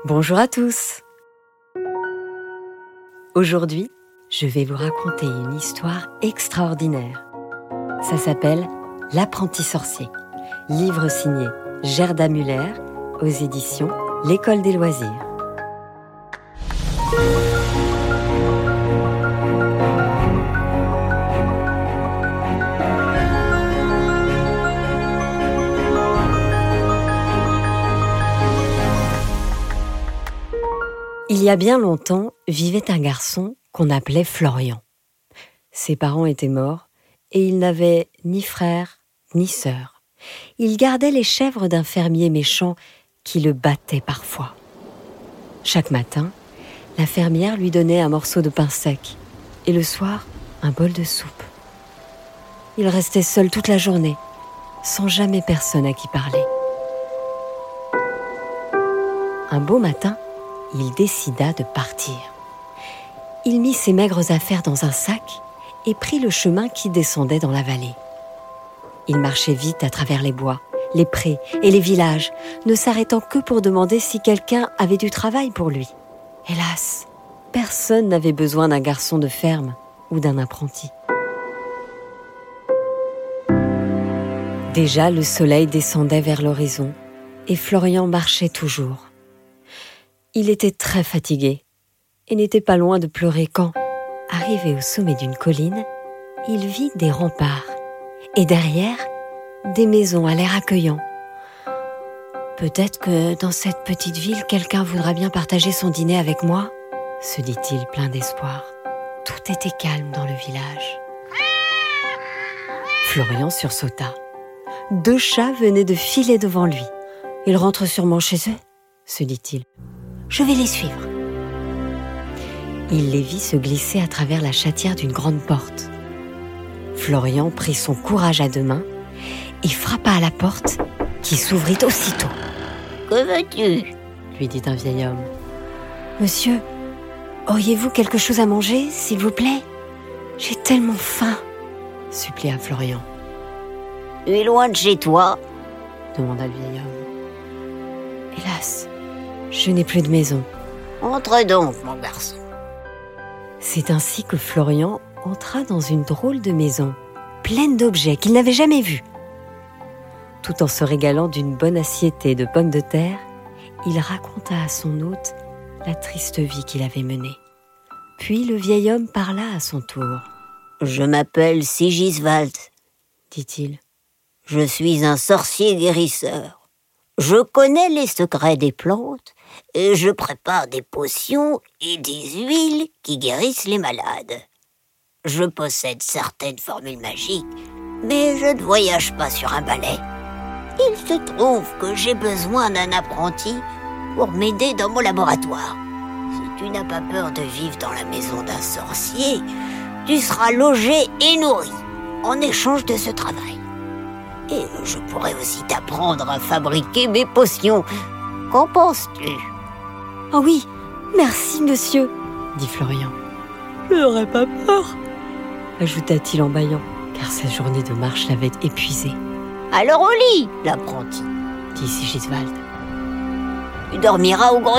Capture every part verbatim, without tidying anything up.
Bonjour à tous. Aujourd'hui, je vais vous raconter une histoire extraordinaire. Ça s'appelle L'apprenti sorcier, livre signé Gerda Müller aux éditions L'École des loisirs. Il y a bien longtemps, vivait un garçon qu'on appelait Florian. Ses parents étaient morts et il n'avait ni frère ni sœur. Il gardait les chèvres d'un fermier méchant qui le battait parfois. Chaque matin, la fermière lui donnait un morceau de pain sec et le soir, un bol de soupe. Il restait seul toute la journée, sans jamais personne à qui parler. Un beau matin, il décida de partir. Il mit ses maigres affaires dans un sac et prit le chemin qui descendait dans la vallée. Il marchait vite à travers les bois, les prés et les villages, ne s'arrêtant que pour demander si quelqu'un avait du travail pour lui. Hélas, personne n'avait besoin d'un garçon de ferme ou d'un apprenti. Déjà, le soleil descendait vers l'horizon et Florian marchait toujours. Il était très fatigué et n'était pas loin de pleurer quand, arrivé au sommet d'une colline, il vit des remparts et derrière, des maisons à l'air accueillant. Peut-être que dans cette petite ville, quelqu'un voudra bien partager son dîner avec moi, se dit-il plein d'espoir. Tout était calme dans le village. Florian sursauta. Deux chats venaient de filer devant lui. Ils rentrent sûrement chez eux, se dit-il. Je vais les suivre. Il les vit se glisser à travers la chatière d'une grande porte. Florian prit son courage à deux mains et frappa à la porte qui s'ouvrit aussitôt. « Que veux-tu » lui dit un vieil homme. « Monsieur, auriez-vous quelque chose à manger, s'il vous plaît ? J'ai tellement faim » supplia Florian. « Tu es loin de chez toi ?» demanda le vieil homme. « Hélas, je n'ai plus de maison. » « Entre donc, mon garçon. » C'est ainsi que Florian entra dans une drôle de maison, pleine d'objets qu'il n'avait jamais vus. Tout en se régalant d'une bonne assiette de pommes de terre, il raconta à son hôte la triste vie qu'il avait menée. Puis le vieil homme parla à son tour. « Je m'appelle Sigiswald, » dit-il. « Je suis un sorcier guérisseur. Je connais les secrets des plantes et je prépare des potions et des huiles qui guérissent les malades. Je possède certaines formules magiques, mais je ne voyage pas sur un balai. Il se trouve que j'ai besoin d'un apprenti pour m'aider dans mon laboratoire. Si tu n'as pas peur de vivre dans la maison d'un sorcier, tu seras logé et nourri en échange de ce travail. Et je pourrais aussi t'apprendre à fabriquer mes potions. Qu'en penses-tu » ?« Oh oui, merci monsieur, » dit Florian. « Je n'aurais pas peur, » ajouta-t-il en bâillant, car sa journée de marche l'avait épuisé. « Alors au lit, l'apprenti, » dit Sigiswald. « Tu dormiras au grenier. »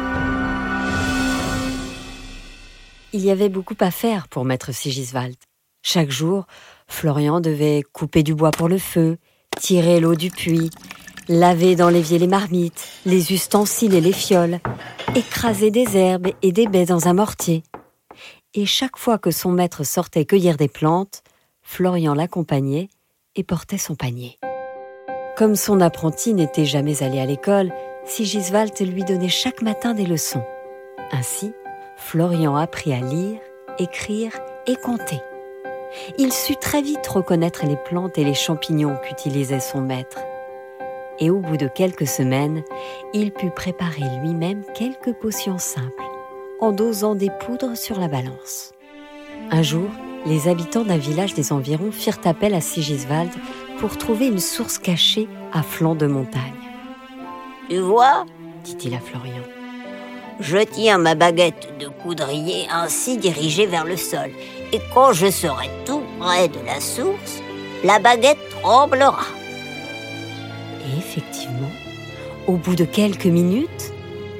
Il y avait beaucoup à faire pour maître Sigiswald. Chaque jour, Florian devait couper du bois pour le feu, tirer l'eau du puits, laver dans l'évier les marmites, les ustensiles et les fioles, écraser des herbes et des baies dans un mortier. Et chaque fois que son maître sortait cueillir des plantes, Florian l'accompagnait et portait son panier. Comme son apprenti n'était jamais allé à l'école, Sigiswald lui donnait chaque matin des leçons. Ainsi, Florian apprit à lire, écrire et compter. Il sut très vite reconnaître les plantes et les champignons qu'utilisait son maître. Et au bout de quelques semaines, il put préparer lui-même quelques potions simples, en dosant des poudres sur la balance. Un jour, les habitants d'un village des environs firent appel à Sigiswald pour trouver une source cachée à flanc de montagne. « Tu vois » dit-il à Florian. « Je tiens ma baguette de coudrier ainsi dirigée vers le sol, et quand je serai tout près de la source, la baguette tremblera. » Et effectivement, au bout de quelques minutes,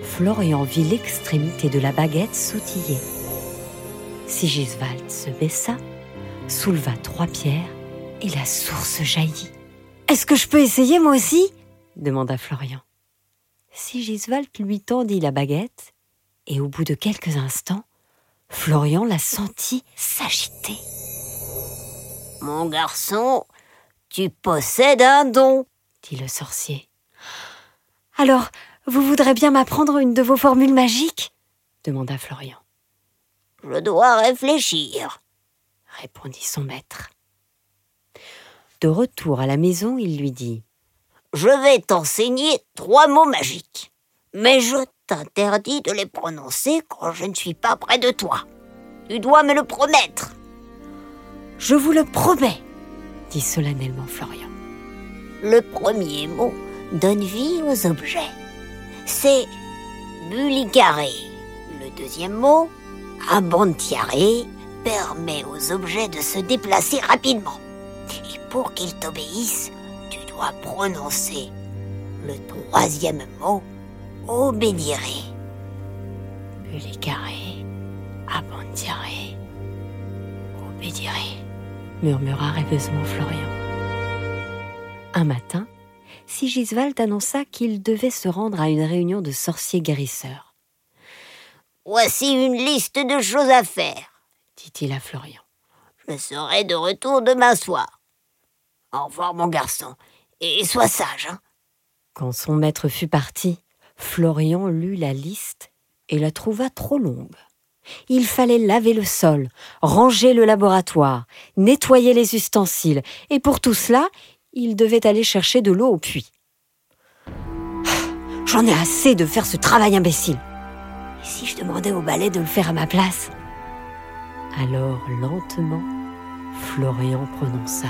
Florian vit l'extrémité de la baguette sautiller. Sigiswald se baissa, souleva trois pierres et la source jaillit. « Est-ce que je peux essayer moi aussi ?» demanda Florian. Sigiswald lui tendit la baguette et au bout de quelques instants, Florian la sentit s'agiter. « Mon garçon, tu possèdes un don, » dit le sorcier. « Alors, vous voudrez bien m'apprendre une de vos formules magiques ?» demanda Florian. « Je dois réfléchir, » répondit son maître. De retour à la maison, il lui dit « Je vais t'enseigner trois mots magiques, mais je t'interdis de les prononcer quand je ne suis pas près de toi. Tu dois me le promettre. »« Je vous le promets, » dit solennellement Florian. Le premier mot donne vie aux objets. C'est bulicaré. Le deuxième mot, abontiaré, permet aux objets de se déplacer rapidement. Et pour qu'ils t'obéissent, tu dois prononcer le troisième mot, obédiré. Bulicaré, abontiaré, obédiré, murmura rêveusement Florian. Un matin, Sigiswald annonça qu'il devait se rendre à une réunion de sorciers guérisseurs. « Voici une liste de choses à faire, » dit-il à Florian. « Je serai de retour demain soir. Au revoir mon garçon, et sois sage. Hein. » Quand son maître fut parti, Florian lut la liste et la trouva trop longue. Il fallait laver le sol, ranger le laboratoire, nettoyer les ustensiles, et pour tout cela, il devait aller chercher de l'eau au puits. « J'en ai assez de faire ce travail imbécile. Et si je demandais au balai de le faire à ma place ?» Alors, lentement, Florian prononça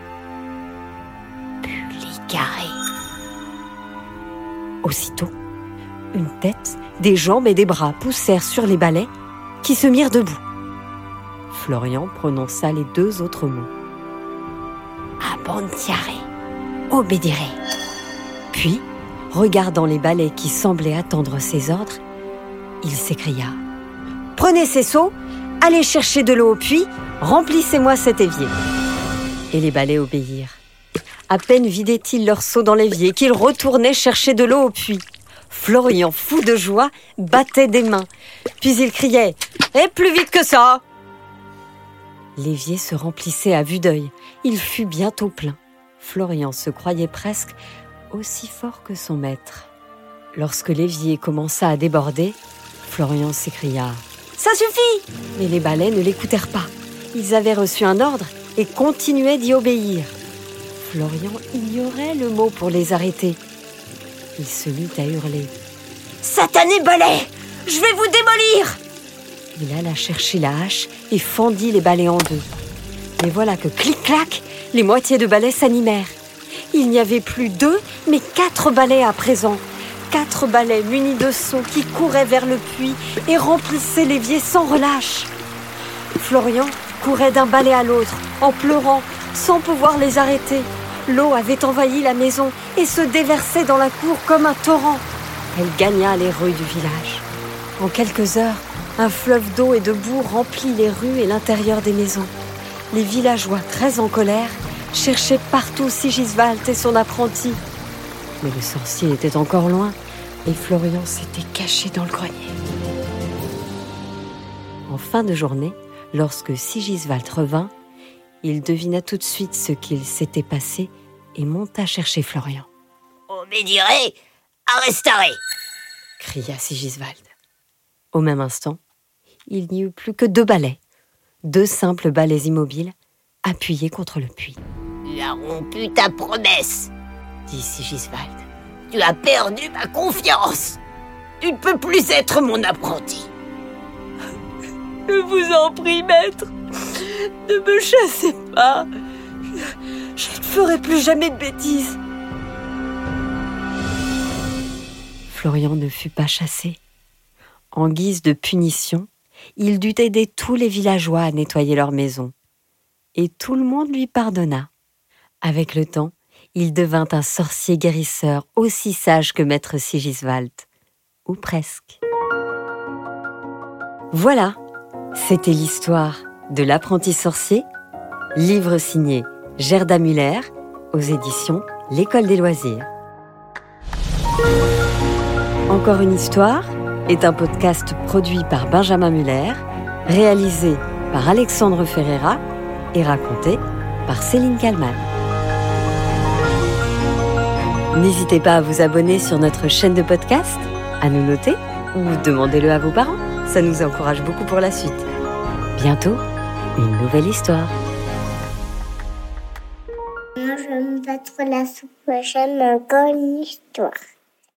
« Bulicaré ». Aussitôt, une tête, des jambes et des bras poussèrent sur les balais qui se mirent debout. Florian prononça les deux autres mots. Abontiaré, obédiré. Puis, regardant les balais qui semblaient attendre ses ordres, il s'écria « Prenez ces seaux, allez chercher de l'eau au puits, remplissez-moi cet évier. » Et les balais obéirent. À peine vidaient-ils leurs seaux dans l'évier qu'ils retournaient chercher de l'eau au puits. Florian, fou de joie, battait des mains. Puis il criait « Et plus vite que ça !» L'évier se remplissait à vue d'œil. Il fut bientôt plein. Florian se croyait presque aussi fort que son maître. Lorsque l'évier commença à déborder, Florian s'écria « Ça suffit !» Mais les balais ne l'écoutèrent pas. Ils avaient reçu un ordre et continuaient d'y obéir. Florian ignorait le mot pour les arrêter. Il se mit à hurler « Satané balai, je vais vous démolir !» Il alla chercher la hache et fendit les balais en deux. Mais voilà que clic-clac, les moitiés de balais s'animèrent. Il n'y avait plus deux, mais quatre balais à présent. Quatre balais munis de seaux qui couraient vers le puits et remplissaient l'évier sans relâche. Florian courait d'un balai à l'autre, en pleurant, sans pouvoir les arrêter. L'eau avait envahi la maison et se déversait dans la cour comme un torrent. Elle gagna les rues du village. En quelques heures, un fleuve d'eau et de boue remplit les rues et l'intérieur des maisons. Les villageois, très en colère, cherchaient partout Sigiswald et son apprenti. Mais le sorcier était encore loin et Florian s'était caché dans le grenier. En fin de journée, lorsque Sigiswald revint, il devina tout de suite ce qu'il s'était passé et monta chercher Florian. « Obédiré, arrestaré !» cria Sigiswald. Au même instant, il n'y eut plus que deux balais, deux simples balais immobiles, appuyés contre le puits. « Tu as rompu ta promesse !» dit Sigiswald. « Tu as perdu ma confiance. Tu ne peux plus être mon apprenti. » « Je vous en prie, maître, ne me chassez pas. Je, je ne ferai plus jamais de bêtises. » Florian ne fut pas chassé. En guise de punition, il dut aider tous les villageois à nettoyer leur maison. Et tout le monde lui pardonna. Avec le temps, il devint un sorcier guérisseur aussi sage que maître Sigiswald, ou presque. Voilà, c'était l'histoire de l'apprenti sorcier, livre signé Gerda Müller aux éditions L'École des loisirs. Encore une histoire est un podcast produit par Benjamin Müller, réalisé par Alexandre Ferreira et raconté par Céline Kallmann. N'hésitez pas à vous abonner sur notre chaîne de podcast, à nous noter ou demandez-le à vos parents. Ça nous encourage beaucoup pour la suite. Bientôt, une nouvelle histoire. Moi, je n'aime pas trop la soupe, j'aime encore une histoire.